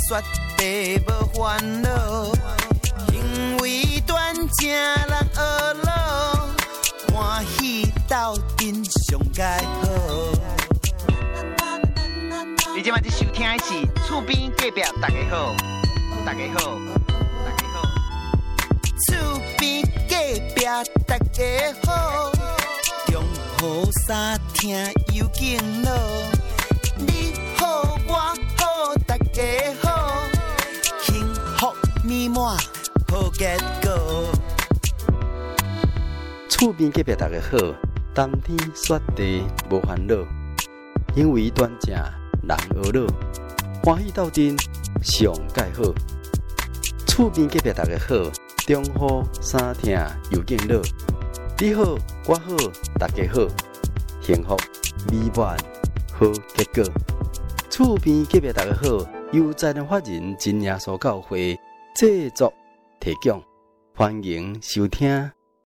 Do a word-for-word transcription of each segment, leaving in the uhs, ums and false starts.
绝地无烦恼，行为端正人学老，欢喜斗阵上佳好。你今晚在收听的是厝边隔壁大家好，大家好，大家好，厝边隔壁大家好，中好三听有敬老，你好我好大家好，幸福美满好结果。厝边隔壁大家好，冬天雪地无烦恼，因为端正人学老，欢喜斗阵上佳好。厝边隔壁大家好，中好三听有敬老，你好我好大家好，幸福美满好结果。厝边隔壁大家好，由在人法人真耶稣教会制作提供，欢迎收听。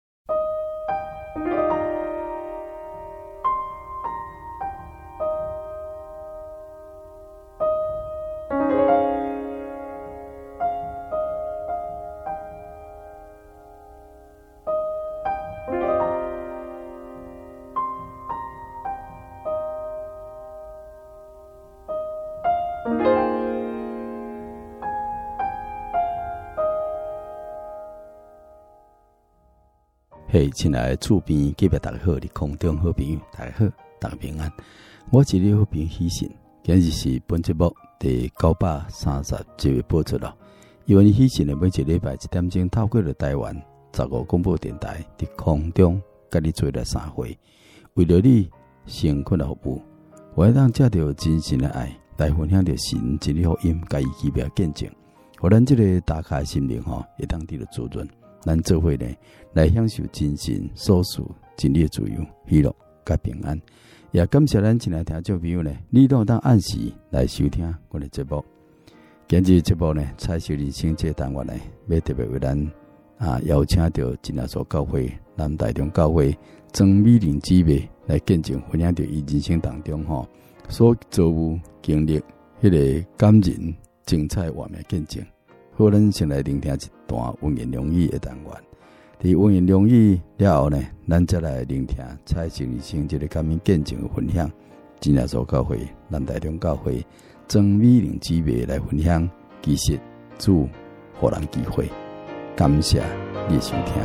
嘿，亲爱的厝边隔壁大家好，你空中好朋友大家好，大家平安。我是你好朋友喜信，今日是本节目第九百三十集的播出了。因为喜信的每一礼拜一点钟透过了台湾十五广播电台伫空中，甲你做了三回，为了你成困的服务，我要让借着真心的爱来分享着神真理福音，甲伊奇妙见证，互咱这个打开心灵吼，会当得到滋润。咱做伙呢，来享受真神所赐真理的自由、喜乐、甲平安。也感谢咱亲爱听众朋友呢，你都当按时来收听我的节目。今日节目呢，彩色人生这单元呢，要特别为咱啊邀请到真耶稣教会南台中教会曾美玲姊妹来见证分享到伊人生当中吼所遭遇经历迄个感人精彩画面见证。好，咱先来聆听一段温言良语的单元。伫温言良语了后呢，咱再来聆听彩色人生这个感恩见证的分享。真耶稣教会南台中教会曾美玲姊妹来分享，其实主互人机会。感谢你的收听。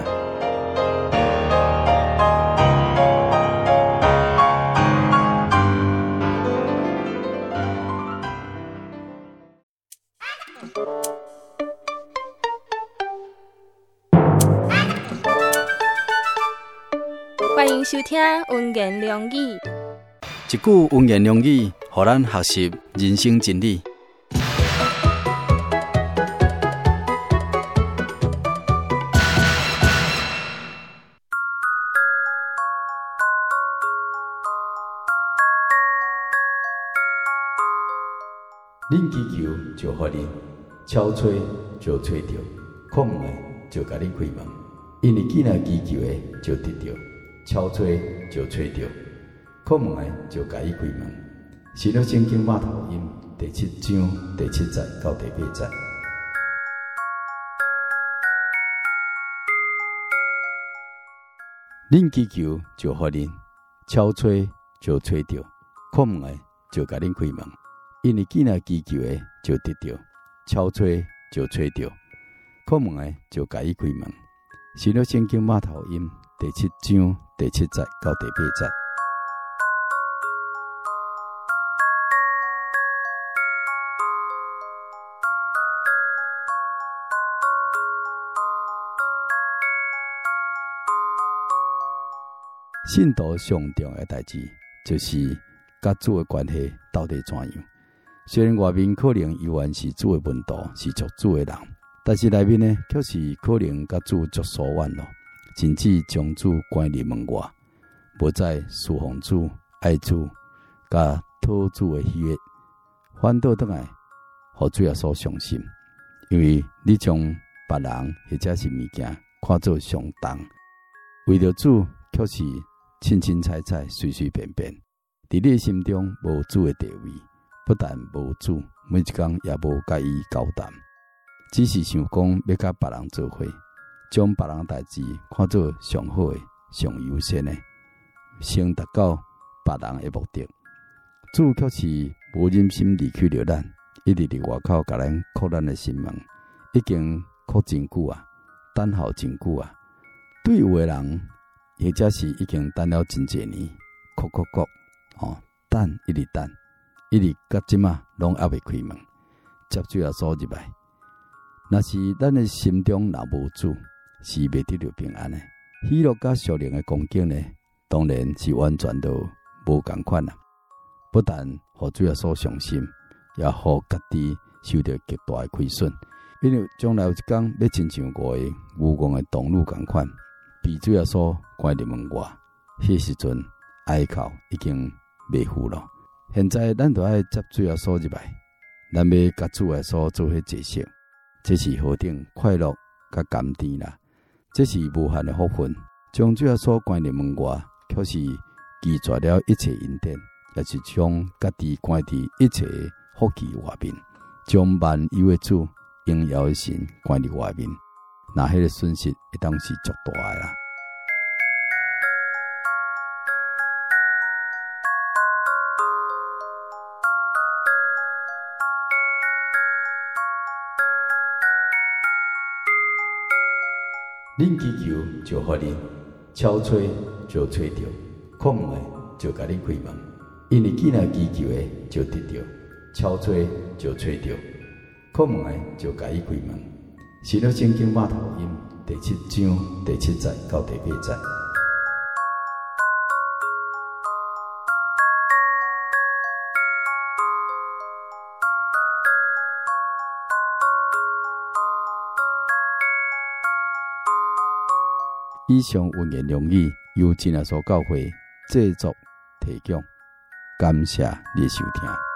欢迎收听温言良语， 一句温言良语，互咱学习人生真理。恁祈求就互恁，敲吹就吹着，叩门的就甲恁开门。因为既然祈求的就得着，敲吹就吹着，叩门的就甲伊开门。是了圣经马太福音第七章第七节到第八节。恁祈求就互恁，敲吹就吹着，叩门的就甲恁开门。因为既然祈求的就得着，敲吹就吹着，叩门的就甲伊开门。是了圣经马太福音第七章第七节到第八节。信徒上重要的代志，就是甲主的关系到底怎样。虽然外面可能依然是主的门徒，是属主的人，但是内面呢，却是可能甲主足疏远咯，甚至将主关入门外，无再侍奉主、爱主、甲讨主的喜悦，反倒倒来，互主耶稣伤心，因为你将别人或者是物件看作上重，为着主却是凊凊彩彩、随随便便，伫你心中无主的地位， 不但无主，每一天也无甲伊交谈，只是想讲要甲别人做伙，将别人代志看作上好诶、上优先诶，先达到别人诶目的。主却是无忍心离开了咱，一直伫外口甲咱叩咱诶心门，已经哭真久啊，等候真久啊。对有诶人，或者是已经等了真侪年，哭哭哭，哦，等一直等，一直到即马拢还未开门，接主耶稣入来。若是咱诶心中若无主，是未得到平安诶。喜乐甲属灵诶光景呢，当然是完全都无共款啦。不但互主耶稣伤心，也互家己受到极大诶亏损。因为将来有一天要亲像五个愚公诶童女共款，被主耶稣关入门外，迄时阵哀哭已经未赴了。现在咱就爱接主耶稣入来，咱要甲主耶稣做伙解释，这是何等快乐甲甘甜啦！这是无限的福分。将主耶稣关入门外，却是拒绝了一切恩典，也是将家己关伫一切福气外面，将万有的主、荣耀的神关伫外面。那迄个损失一当是足大的啦。恁祈求就互恁，敲吹就吹着，叩门的就甲恁开门。因为既然祈求的就得着，敲吹就吹着，叩门的就甲伊开门。是了圣经马太福音第七章第七节到第八节。以上文言良语由真耶稣教会制作提供，感谢你的收听。